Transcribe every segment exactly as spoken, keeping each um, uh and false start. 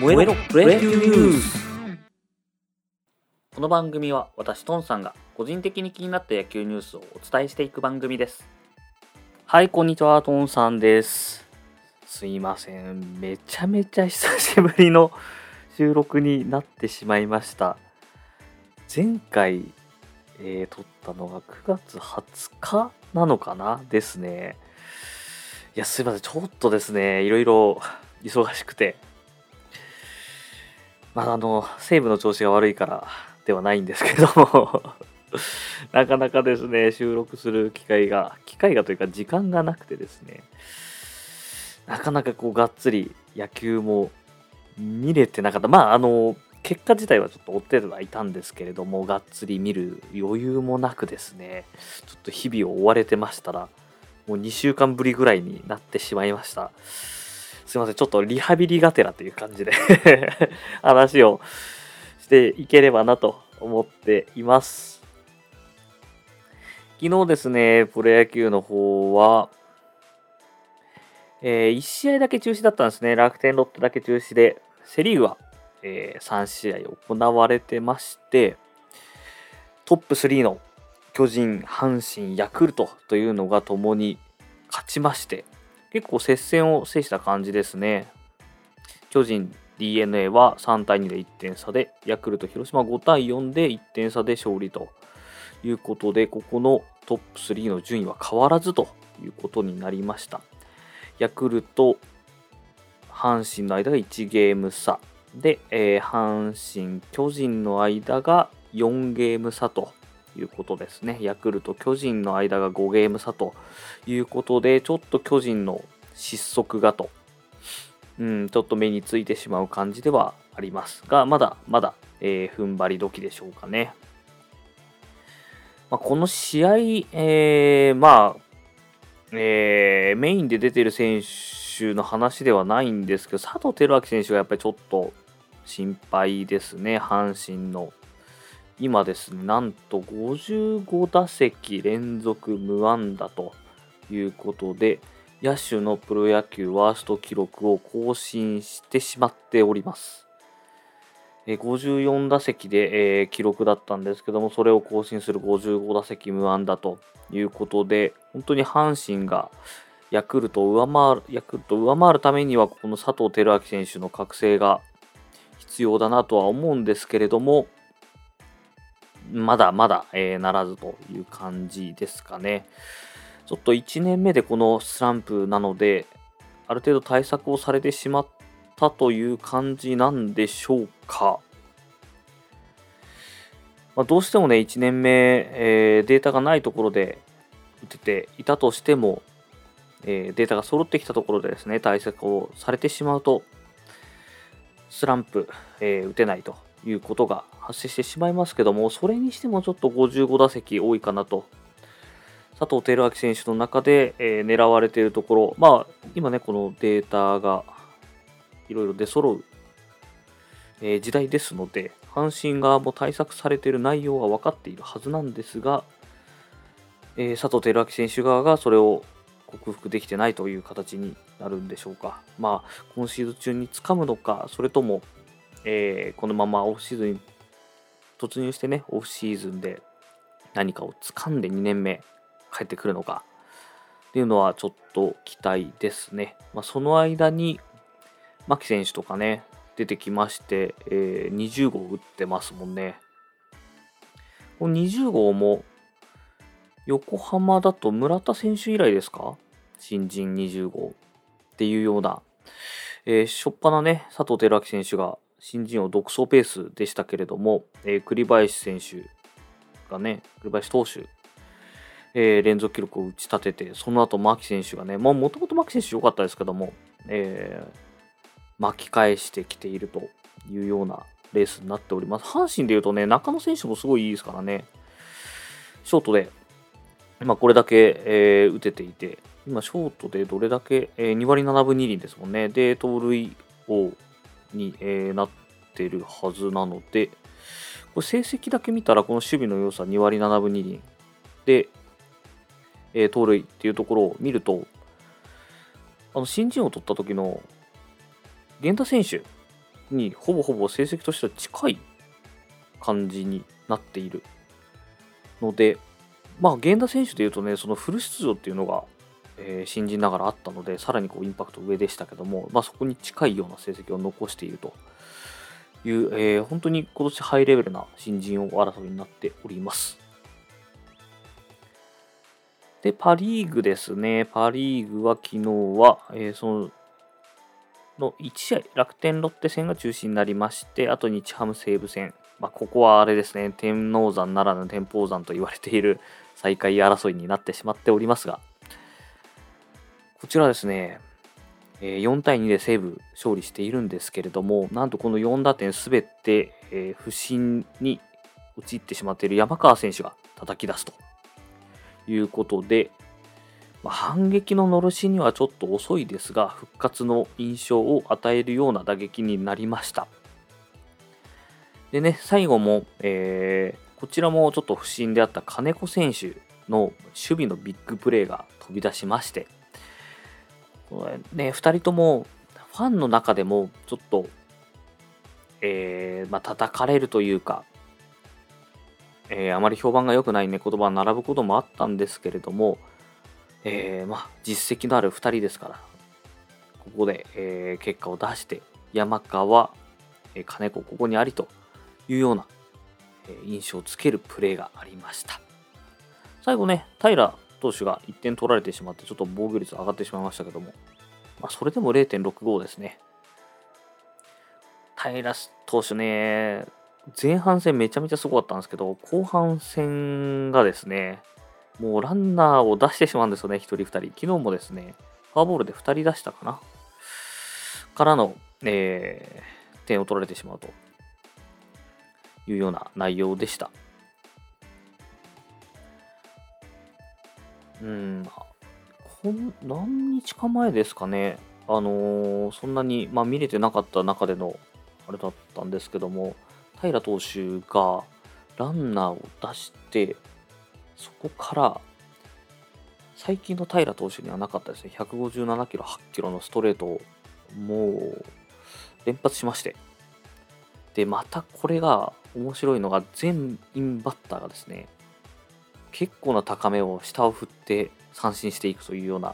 燃えろプロ野球ニュース。この番組は私トンさんが個人的に気になった野球ニュースをお伝えしていく番組です。はい、こんにちは、トンさんです。すいません、めちゃめちゃ久しぶりの収録になってしまいました。前回、えー、撮ったのがくがつはつかなのかなですね。いや、すいません、ちょっとですね、いろいろ忙しくて、まあ、あの、西武の調子が悪いからではないんですけどもなかなかですね、収録する機会が、機会がというか時間がなくてですね、なかなかこうがっつり野球も見れてなかった。まあ、あの、結果自体はちょっと追ってはいたんですけれども、がっつり見る余裕もなくですね、ちょっと日々を追われてましたら、もうにしゅうかんぶりぐらいになってしまいました。すいません、ちょっとリハビリがてらという感じで話をしていければなと思っています。昨日ですね、プロ野球の方は、えー、いち試合だけ中止だったんですね。楽天ロッテだけ中止で、セリーグは、えー、さん試合行われてまして、トップスリーの巨人、阪神、ヤクルトというのが共に勝ちまして、結構接戦を制した感じですね。巨人、ディーエヌエー はさんたいにでいってん差で、ヤクルト、広島ごたいよんでいってん差で勝利ということで、ここのトップスリーの順位は変わらずということになりました。ヤクルト、阪神の間がいちゲーム差で、えー、阪神、巨人の間がよんゲーム差ということですね。ヤクルト、巨人の間がごゲーム差ということで、ちょっと巨人の失速がと、うん、ちょっと目についてしまう感じではありますが、まだまだ、えー、踏ん張り時でしょうかね。まあ、この試合、えー、まあ、えー、メインで出ている選手の話ではないんですけど、佐藤輝明選手がやっぱりちょっと心配ですね、阪神の。今ですね、なんとごじゅうごだせき連続無安打ということで、野手のプロ野球ワースト記録を更新してしまっております。ごじゅうよんだせきで、えー、記録だったんですけども、それを更新するごじゅうごだせき無安打ということで、本当に阪神がヤクルトを上回る、ヤクルトを上回るためには、この佐藤輝明選手の覚醒が必要だなとは思うんですけれども、まだまだ、えー、ならずという感じですかね。ちょっといちねんめでこのスランプなので、ある程度対策をされてしまったという感じなんでしょうか。まあ、どうしてもね、いちねんめ、えー、データがないところで打てていたとしても、えー、データが揃ってきたところでですね、対策をされてしまうと、スランプ、えー、打てないということが発生してしまいますけども、それにしてもちょっとごじゅうごだせき多いかなと。佐藤輝明選手の中で、えー、狙われているところ、まあ、今ね、このデータがいろいろ出揃う、えー、時代ですので、阪神側も対策されている内容は分かっているはずなんですが、えー、佐藤輝明選手側がそれを克服できてないという形になるんでしょうか。まあ、今シーズン中に掴むのか、それとも、えー、このままオフシーズンに突入してね、オフシーズンで何かを掴んでにねんめ帰ってくるのかっていうのはちょっと期待ですね。まあ、その間に牧選手とかね出てきまして、えー、にじゅうごう打ってますもんね。このにじゅうごうも横浜だと村田選手以来ですか、新人にじゅうごうっていうような、えー、初っ端ね佐藤輝明選手が新人を独走ペースでしたけれども、えー、栗林選手がね栗林投手、えー、連続記録を打ち立てて、その後牧選手がね、もともと牧選手良かったですけども、えー、巻き返してきているというようなレースになっております。阪神でいうとね、中野選手もすごいいいですからね、ショートで、まあ、これだけ、えー、打てていて、今、ショートでどれだけ、えー、にわりななぶにりんですもんね。で、盗塁王に、えー、なってるはずなので、これ成績だけ見たら、この守備の良さにわりななぶにりんで、えー、盗塁っていうところを見ると、あの新人を取った時の源田選手にほぼほぼ成績としては近い感じになっているので、まあ源田選手でいうとね、そのフル出場っていうのが、えー新人ながらあったので、さらにこうインパクト上でしたけども、まあ、そこに近いような成績を残しているという、えー本当に今年ハイレベルな新人王争いになっております。で、パ・リーグですね。パ・リーグは昨日は、えーそののいち試合、楽天ロッテ戦が中止になりまして、あと日ハム西武戦。まあ、ここはあれですね、天王山ならぬ天保山と言われている最下位争いになってしまっておりますが、こちらですね、えーよんたいにで西武勝利しているんですけれども、なんとこのよん打点すべて、えー不振に陥ってしまっている山川選手が叩き出すということで、まあ、反撃ののろしにはちょっと遅いですが、復活の印象を与えるような打撃になりました。でね、最後も、えーこちらもちょっと不振であった金子選手の守備のビッグプレーが飛び出しまして、これね、ふたりともファンの中でもちょっと、えーまあ、叩かれるというか、えーあまり評判が良くないね言葉が並ぶこともあったんですけれども、えーまあ、実績のあるふたりですから、ここで、えー結果を出して、山川、えー金子、ここにありというような、えー印象をつけるプレーがありました。最後ね、平投手がいってん取られてしまって、ちょっと防御率上がってしまいましたけども、まあ、それでも れいてんろくご ですね。平投手ね、前半戦めちゃめちゃすごかったんですけど、後半戦がですね、もうランナーを出してしまうんですよね、ひとりふたり。昨日もですね、フォアボールでふたり出したかなからの、えー点を取られてしまうというような内容でした。うん、こん何日か前ですかね、あのーそんなに、まあ、見れてなかった中でのあれだったんですけども、平投手がランナーを出して、そこから最近の平投手にはなかったですね、ひゃくごじゅうななキロ、はちキロのストレートをもう連発しまして、で、またこれが面白いのが、全員バッターがですね、結構な高めを下を振って三振していくというような、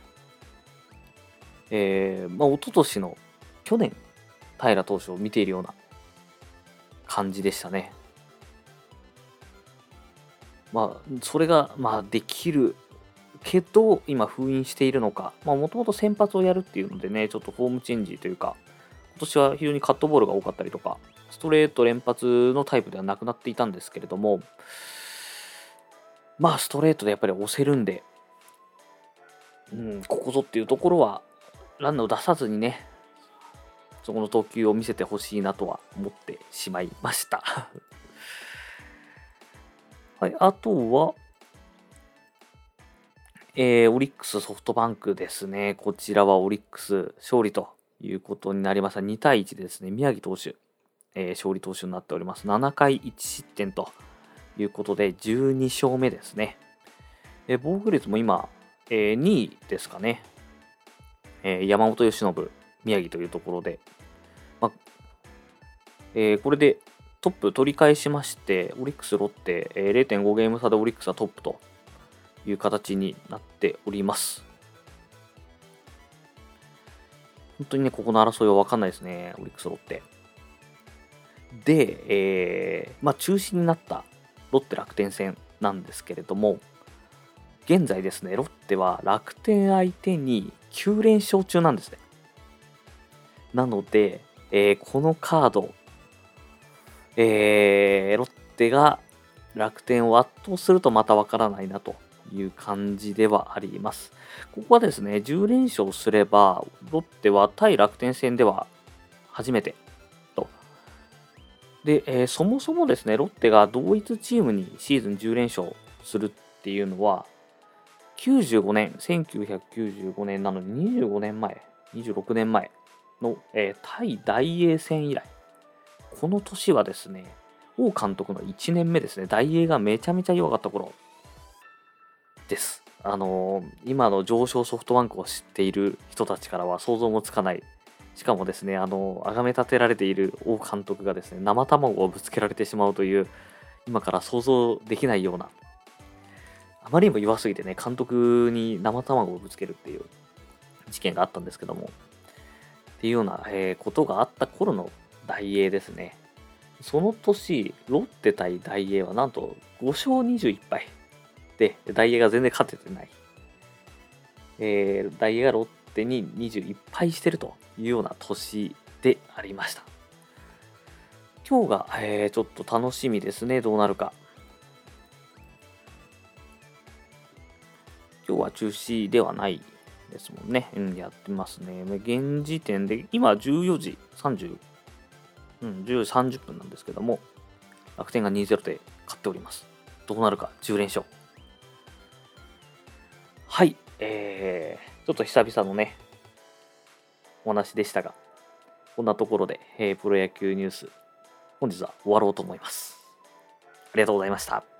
えー、まあ、一昨年の去年、平投手を見ているような感じでしたね。まあ、それが、まあ、できるけど、今封印しているのか、まあ、もともと先発をやるっていうのでね、ちょっとフォームチェンジというか、今年は非常にカットボールが多かったりとか、ストレート連発のタイプではなくなっていたんですけれども、まあ、ストレートでやっぱり押せるんで、うん、ここぞっていうところは、ランナーを出さずにね、そこの投球を見せてほしいなとは思ってしまいました。はい、あとは、えーオリックス、ソフトバンクですね。こちらはオリックス勝利ということになりました。にたいいちでですね、宮城投手、えー勝利投手になっております。ななかいいち失点ということで、じゅうに勝目ですね。えー防御率も今、えーにいですかね。えー山本由伸、宮城というところで、まあえーこれでトップ取り返しまして、オリックス、ロッテ、えーれいてんごゲーム差でオリックスはトップという形になっております。本当にね、ここの争いは分かんないですね、オリックス、ロッテ。で、えーまあ、中止になったロッテ楽天戦なんですけれども、現在ですね、ロッテは楽天相手にきゅうれんしょう中なんですね。なので、えーこのカード、えーロッテが楽天を圧倒するとまたわからないなという感じではあります。ここはですね、じゅうれんしょうすれば、ロッテは対楽天戦では初めてと。で、えーそもそもですね、ロッテが同一チームにシーズンじゅうれんしょうするっていうのは、きゅうじゅうごねん、せんきゅうひゃくきゅうじゅうごねんなのににじゅうごねんまえ、にじゅうろくねんまえの、えー対大英戦以来、この年はですね、王監督のいちねんめですね、大英がめちゃめちゃ弱かった頃です。あのー今の上昇ソフトバンクを知っている人たちからは想像もつかないしかもですね、あの、崇め立てられている王監督がですね、生卵をぶつけられてしまうという、今から想像できないような、あまりにも弱すぎてね、監督に生卵をぶつけるっていう事件があったんですけども、っていうような、えーことがあった頃の大英ですね。その年、ロッテ対大英はなんとごしょうにじゅういっぱいで、大英が全然勝ててない。えー、大英がロッテににじゅういっぱいしてるというような年でありました。今日が、えーちょっと楽しみですね、どうなるか。今日は中止ではないですもんね。うん、やってますね。現時点で、今じゅうよじさんじゅう、うん、じゅうよじさんじゅっぷんなんですけども、楽天がにたいゼロで勝っております。どうなるか、じゅうれんしょう。はい、えー、ちょっと久々のね、お話でしたが、こんなところで、えープロ野球ニュース、本日は終わろうと思います。ありがとうございました。